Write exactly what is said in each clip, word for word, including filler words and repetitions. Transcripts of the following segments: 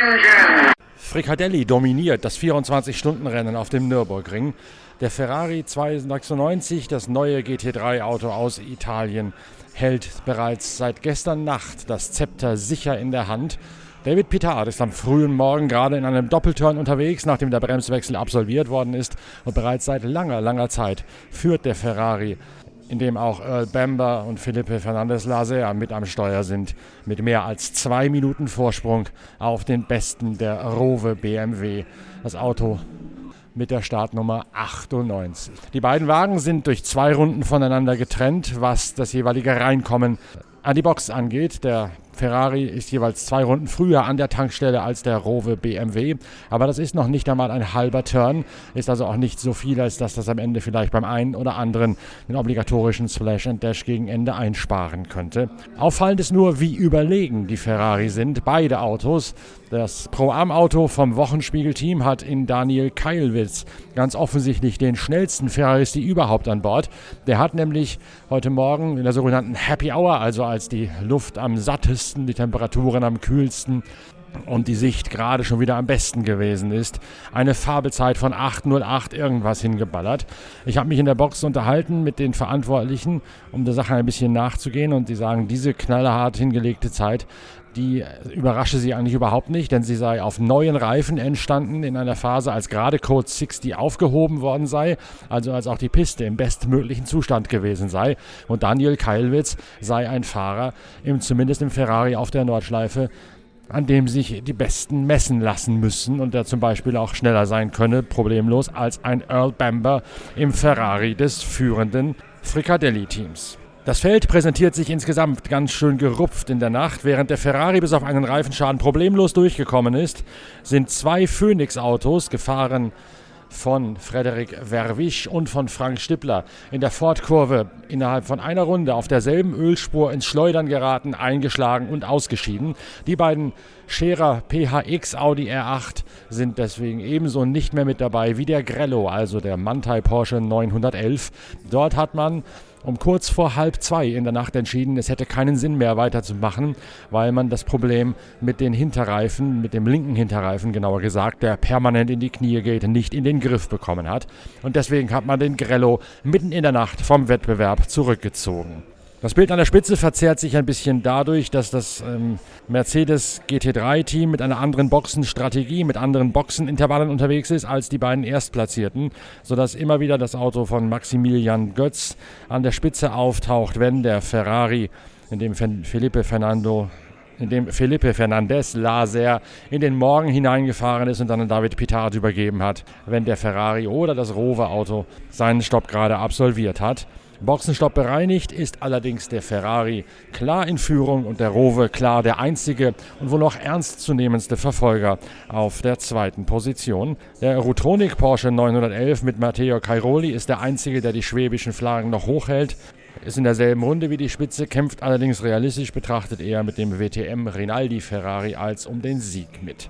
engine. Fricadelli dominiert das vierundzwanzig-Stunden-Rennen auf dem Nürburgring. Der Ferrari zweihundertsechsundneunzig, das neue G T drei Auto aus Italien, hält bereits seit gestern Nacht das Zepter sicher in der Hand. David Pittard ist am frühen Morgen gerade in einem Doppelturn unterwegs, nachdem der Bremswechsel absolviert worden ist. Und bereits seit langer, langer Zeit führt der Ferrari, in dem auch Earl Bamber und Felipe Fernandez-Laser mit am Steuer sind, mit mehr als zwei Minuten Vorsprung auf den besten der Rowe B M W. Das Auto mit der Startnummer achtundneunzig. Die beiden Wagen sind durch zwei Runden voneinander getrennt, was das jeweilige Reinkommen an die Box angeht. Der Ferrari ist jeweils zwei Runden früher an der Tankstelle als der Rowe B M W. Aber das ist noch nicht einmal ein halber Turn. Ist also auch nicht so viel, als dass das am Ende vielleicht beim einen oder anderen den obligatorischen Splash and Dash gegen Ende einsparen könnte. Auffallend ist nur, wie überlegen die Ferrari sind. Beide Autos. Das Pro-Am-Auto vom Wochenspiegel-Team hat in Daniel Keilwitz ganz offensichtlich den schnellsten Ferraristi überhaupt an Bord. Der hat nämlich heute Morgen in der sogenannten Happy Hour, also als die Luft am sattesten, die Temperaturen am kühlsten und die Sicht gerade schon wieder am besten gewesen ist, eine Fabelzeit von acht null acht irgendwas hingeballert. Ich habe mich in der Box unterhalten mit den Verantwortlichen, um der Sache ein bisschen nachzugehen, und die sagen, diese knallhart hingelegte Zeit, die überrasche sie eigentlich überhaupt nicht, denn sie sei auf neuen Reifen entstanden in einer Phase, als gerade Code sechzig aufgehoben worden sei, also als auch die Piste im bestmöglichen Zustand gewesen sei. Und Daniel Keilwitz sei ein Fahrer, im, zumindest im Ferrari auf der Nordschleife, an dem sich die Besten messen lassen müssen und der zum Beispiel auch schneller sein könne, problemlos, als ein Earl Bamber im Ferrari des führenden Fricadelli-Teams. Das Feld präsentiert sich insgesamt ganz schön gerupft in der Nacht. Während der Ferrari bis auf einen Reifenschaden problemlos durchgekommen ist, sind zwei Phoenix-Autos, gefahren von Frederik Verwisch und von Frank Stippler, in der Ford-Kurve innerhalb von einer Runde auf derselben Ölspur ins Schleudern geraten, eingeschlagen und ausgeschieden. Die beiden Scherer P H X Audi R acht sind deswegen ebenso nicht mehr mit dabei wie der Grello, also der Manthey Porsche neunhundertelf. Dort hat man um kurz vor halb zwei in der Nacht entschieden, es hätte keinen Sinn mehr weiterzumachen, weil man das Problem mit den Hinterreifen, mit dem linken Hinterreifen genauer gesagt, der permanent in die Knie geht, nicht in den Griff bekommen hat. Und deswegen hat man den Grello mitten in der Nacht vom Wettbewerb zurückgezogen. Das Bild an der Spitze verzerrt sich ein bisschen dadurch, dass das ähm, Mercedes G T drei Team mit einer anderen Boxenstrategie, mit anderen Boxenintervallen unterwegs ist als die beiden Erstplatzierten, sodass immer wieder das Auto von Maximilian Götz an der Spitze auftaucht, wenn der Ferrari, in dem Felipe Fernando in dem Felipe Fernandez-Laser in den Morgen hineingefahren ist und dann an David Pittard übergeben hat, wenn der Ferrari oder das Rover-Auto seinen Stopp gerade absolviert hat. Boxenstopp bereinigt ist allerdings der Ferrari klar in Führung und der Rover klar der einzige und wohl noch ernstzunehmendste Verfolger auf der zweiten Position. Der Rutronic Porsche neunhundertelf mit Matteo Cairoli ist der einzige, der die schwäbischen Flaggen noch hochhält. Ist in derselben Runde wie die Spitze, kämpft allerdings realistisch betrachtet eher mit dem W T M Rinaldi Ferrari als um den Sieg mit.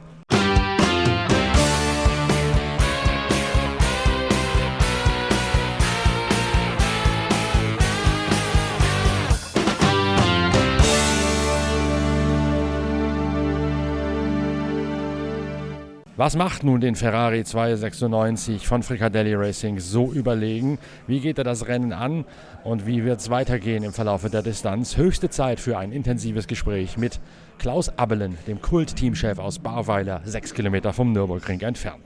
Was macht nun den Ferrari zweihundertsechsundneunzig von Fricadelli Racing so überlegen? Wie geht er das Rennen an und wie wird es weitergehen im Verlauf der Distanz? Höchste Zeit für ein intensives Gespräch mit Klaus Abbelen, dem Kult-Teamchef aus Barweiler, sechs Kilometer vom Nürburgring entfernt.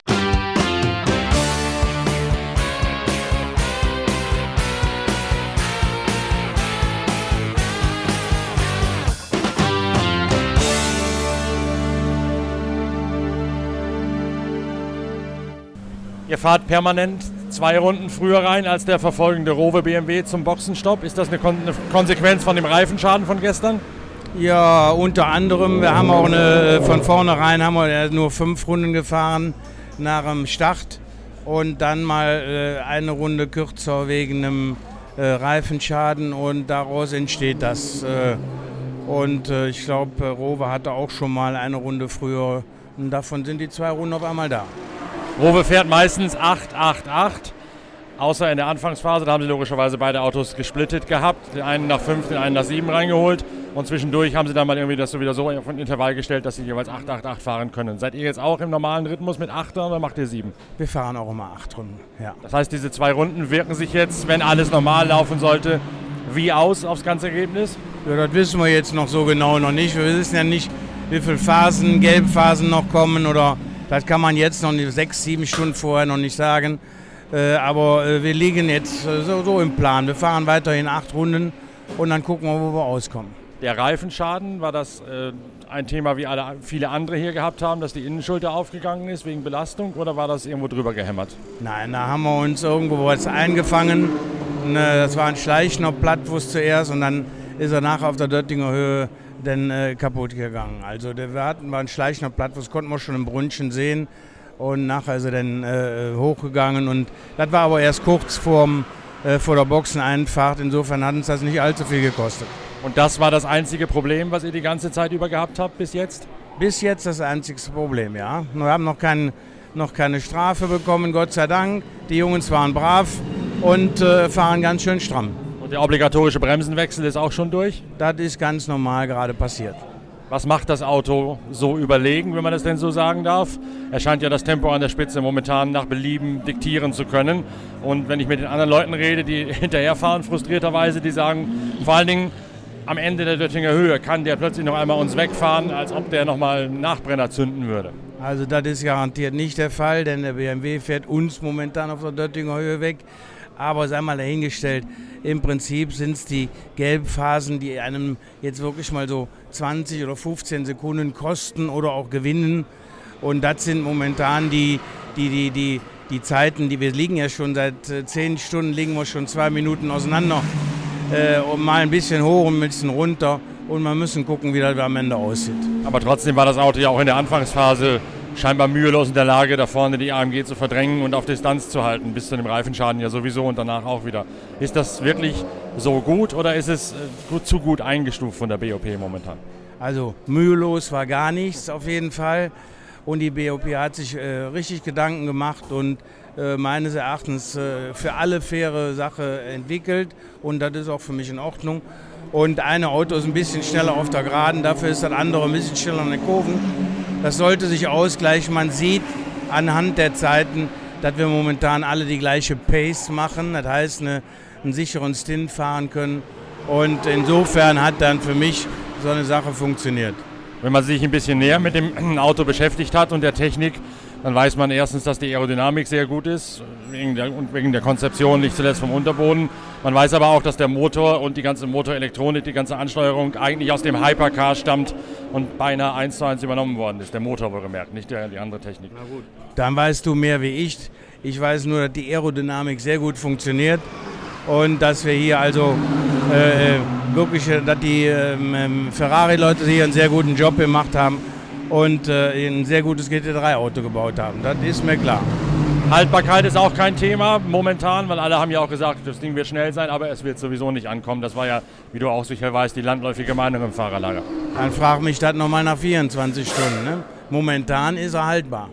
Ihr fahrt permanent zwei Runden früher rein als der verfolgende Rowe B M W zum Boxenstopp. Ist das eine, Kon- eine Konsequenz von dem Reifenschaden von gestern? Ja, unter anderem. Wir haben auch eine, von vornherein haben wir nur fünf Runden gefahren nach dem Start und dann mal äh, eine Runde kürzer wegen einem äh, Reifenschaden und daraus entsteht das. Äh, und äh, ich glaube, Rowe hatte auch schon mal eine Runde früher und davon sind die zwei Runden auf einmal da. Rowe fährt meistens acht acht acht, außer in der Anfangsphase, da haben sie logischerweise beide Autos gesplittet gehabt, den einen nach fünf, den einen nach sieben reingeholt. Und zwischendurch haben sie dann mal irgendwie das so wieder so auf ein Intervall gestellt, dass sie jeweils acht acht acht fahren können. Seid ihr jetzt auch im normalen Rhythmus mit acht oder macht ihr sieben? Wir fahren auch immer acht Runden, ja. Das heißt, diese zwei Runden wirken sich jetzt, wenn alles normal laufen sollte, wie aus aufs ganze Ergebnis? Ja, das wissen wir jetzt noch so genau noch nicht. Wir wissen ja nicht, wie viele Phasen, Gelbphasen noch kommen oder das kann man jetzt noch nicht, sechs, sieben Stunden vorher noch nicht sagen. Äh, aber äh, wir liegen jetzt äh, so, so im Plan. Wir fahren weiterhin acht Runden und dann gucken wir, wo wir auskommen. Der Reifenschaden, war das äh, ein Thema, wie alle, viele andere hier gehabt haben, dass die Innenschulter aufgegangen ist wegen Belastung oder war das irgendwo drüber gehämmert? Nein, da haben wir uns irgendwo was eingefangen. Und, äh, das war ein Schleichender Plattfuß zuerst und dann ist er nachher auf der Döttinger Höhe dann äh, kaputt gegangen. Also der, wir hatten mal einen Schleichender Plattfuß, konnten wir schon im Brünnchen sehen und nachher ist er dann äh, hochgegangen und das war aber erst kurz vorm, äh, vor der Boxeneinfahrt. Insofern hat uns das nicht allzu viel gekostet. Und das war das einzige Problem, was ihr die ganze Zeit über gehabt habt bis jetzt? Bis jetzt das einzigste Problem, ja. Wir haben noch, kein, noch keine Strafe bekommen, Gott sei Dank. Die Jungs waren brav und äh, fahren ganz schön stramm. Und der obligatorische Bremsenwechsel ist auch schon durch? Das ist ganz normal gerade passiert. Was macht das Auto so überlegen, wenn man das denn so sagen darf? Er scheint ja das Tempo an der Spitze momentan nach Belieben diktieren zu können. Und wenn ich mit den anderen Leuten rede, die hinterherfahren, frustrierterweise, die sagen, vor allen Dingen, am Ende der Döttinger Höhe kann der plötzlich noch einmal uns wegfahren, als ob der nochmal einen Nachbrenner zünden würde. Also das ist garantiert nicht der Fall, denn der B M W fährt uns momentan auf der Döttinger Höhe weg. Aber sei mal dahingestellt, im Prinzip sind es die Gelbphasen, die einem jetzt wirklich mal so zwanzig oder fünfzehn Sekunden kosten oder auch gewinnen. Und das sind momentan die, die, die, die, die Zeiten, die wir liegen ja schon seit zehn Stunden, liegen wir schon zwei Minuten auseinander. Äh, und mal ein bisschen hoch und ein bisschen runter und wir müssen gucken, wie das am Ende aussieht. Aber trotzdem war das Auto ja auch in der Anfangsphase scheinbar mühelos in der Lage, da vorne die A M G zu verdrängen und auf Distanz zu halten, bis zu dem Reifenschaden ja sowieso und danach auch wieder. Ist das wirklich so gut oder ist es gut, zu gut eingestuft von der B O P momentan? Also mühelos war gar nichts auf jeden Fall und die B O P hat sich äh, richtig Gedanken gemacht und äh, meines Erachtens äh, für alle faire Sache entwickelt und das ist auch für mich in Ordnung. Und eine Auto ist ein bisschen schneller auf der Geraden, dafür ist das andere ein bisschen schneller in den Kurven. Das sollte sich ausgleichen. Man sieht anhand der Zeiten, dass wir momentan alle die gleiche Pace machen. Das heißt, eine, einen sicheren Stint fahren können. Und insofern hat dann für mich so eine Sache funktioniert. Wenn man sich ein bisschen näher mit dem Auto beschäftigt hat und der Technik, dann weiß man erstens, dass die Aerodynamik sehr gut ist wegen der, und wegen der Konzeption, nicht zuletzt vom Unterboden. Man weiß aber auch, dass der Motor und die ganze Motorelektronik, die ganze Ansteuerung eigentlich aus dem Hypercar stammt und beinahe eins zu eins übernommen worden ist. Der Motor wohlgemerkt, nicht der, die andere Technik. Na gut. Dann weißt du mehr wie ich. Ich weiß nur, dass die Aerodynamik sehr gut funktioniert und dass wir hier also äh, wirklich, dass die äh, Ferrari-Leute hier einen sehr guten Job gemacht haben und äh, ein sehr gutes G T drei Auto gebaut haben. Das ist mir klar. Haltbarkeit ist auch kein Thema momentan, weil alle haben ja auch gesagt, das Ding wird schnell sein, aber es wird sowieso nicht ankommen. Das war ja, wie du auch sicher weißt, die landläufige Meinung im Fahrerlager. Dann frag mich das nochmal nach vierundzwanzig Stunden. Ne? Momentan ist er haltbar.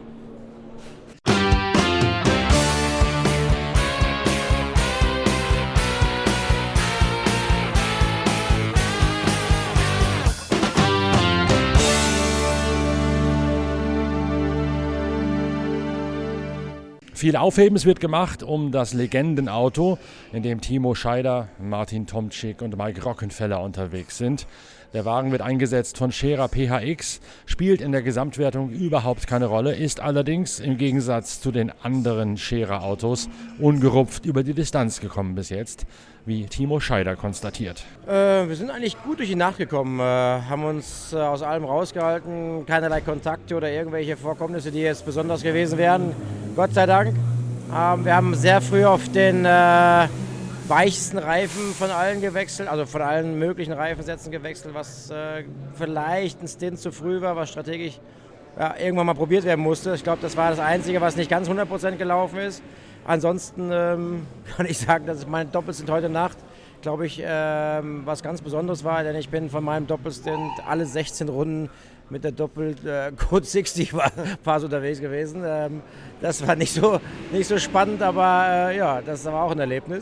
Viel Aufhebens wird gemacht um das Legendenauto, in dem Timo Scheider, Martin Tomczyk und Mike Rockenfeller unterwegs sind. Der Wagen wird eingesetzt von Scherer P H X, spielt in der Gesamtwertung überhaupt keine Rolle, ist allerdings im Gegensatz zu den anderen Scherer Autos ungerupft über die Distanz gekommen bis jetzt, wie Timo Scheider konstatiert. Äh, wir sind eigentlich gut durch die Nacht gekommen, äh, haben uns äh, aus allem rausgehalten, keinerlei Kontakte oder irgendwelche Vorkommnisse, die jetzt besonders gewesen wären, Gott sei Dank. Ähm, wir haben sehr früh auf den äh, weichsten Reifen von allen gewechselt, also von allen möglichen Reifensätzen gewechselt, was äh, vielleicht ein Stint zu früh war, was strategisch ja, irgendwann mal probiert werden musste. Ich glaube, das war das Einzige, was nicht ganz hundert Prozent gelaufen ist. Ansonsten ähm, kann ich sagen, dass meine Doppelstint heute Nacht, glaube ich, ähm, was ganz Besonderes war, denn ich bin von meinem Doppelstint alle sechzehn Runden mit der Doppel äh, Code sechzig Phase unterwegs gewesen. Ähm, das war nicht so, nicht so spannend, aber äh, ja, das war auch ein Erlebnis.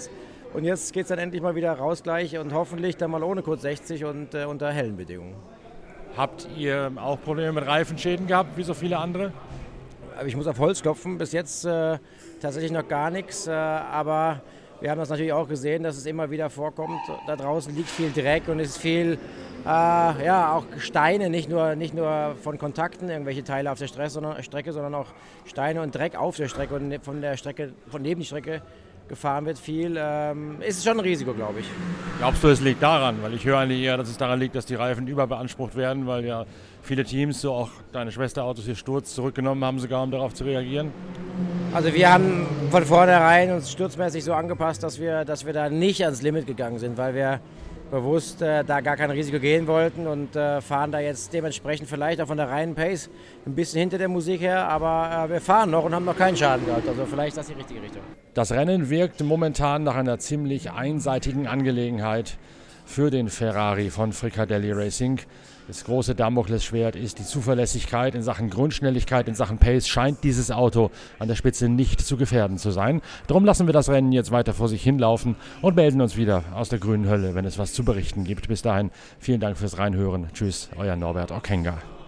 Und jetzt geht es dann endlich mal wieder raus gleich und hoffentlich dann mal ohne Code sechzig und äh, unter hellen Bedingungen. Habt ihr auch Probleme mit Reifenschäden gehabt, wie so viele andere? Aber ich muss auf Holz klopfen, bis jetzt äh, tatsächlich noch gar nichts, äh, aber wir haben das natürlich auch gesehen, dass es immer wieder vorkommt. Da draußen liegt viel Dreck und es ist viel, äh, ja, auch Steine, nicht nur, nicht nur von Kontakten, irgendwelche Teile auf der Strecke, sondern, Strecke, sondern auch Steine und Dreck auf der Strecke und von der Strecke, von neben die Strecke gefahren wird viel. Ähm, ist schon ein Risiko, glaube ich. Glaubst du, es liegt daran? Weil ich höre eigentlich eher, dass es daran liegt, dass die Reifen überbeansprucht werden, weil ja viele Teams, so auch deine Schwesterautos hier Sturz zurückgenommen haben, sogar um darauf zu reagieren. Also wir haben von vornherein uns sturzmäßig so angepasst, dass wir, dass wir da nicht ans Limit gegangen sind, weil wir bewusst äh, da gar kein Risiko gehen wollten und äh, fahren da jetzt dementsprechend vielleicht auch von der reinen Pace ein bisschen hinter der Musik her, aber äh, wir fahren noch und haben noch keinen Schaden gehabt, also vielleicht ist das die richtige Richtung. Das Rennen wirkt momentan nach einer ziemlich einseitigen Angelegenheit für den Ferrari von Fricadelli Racing. Das große Damoklesschwert ist die Zuverlässigkeit in Sachen Grundschnelligkeit, in Sachen Pace scheint dieses Auto an der Spitze nicht zu gefährden zu sein. Darum lassen wir das Rennen jetzt weiter vor sich hinlaufen und melden uns wieder aus der grünen Hölle, wenn es was zu berichten gibt. Bis dahin, vielen Dank fürs Reinhören. Tschüss, euer Norbert Okenga.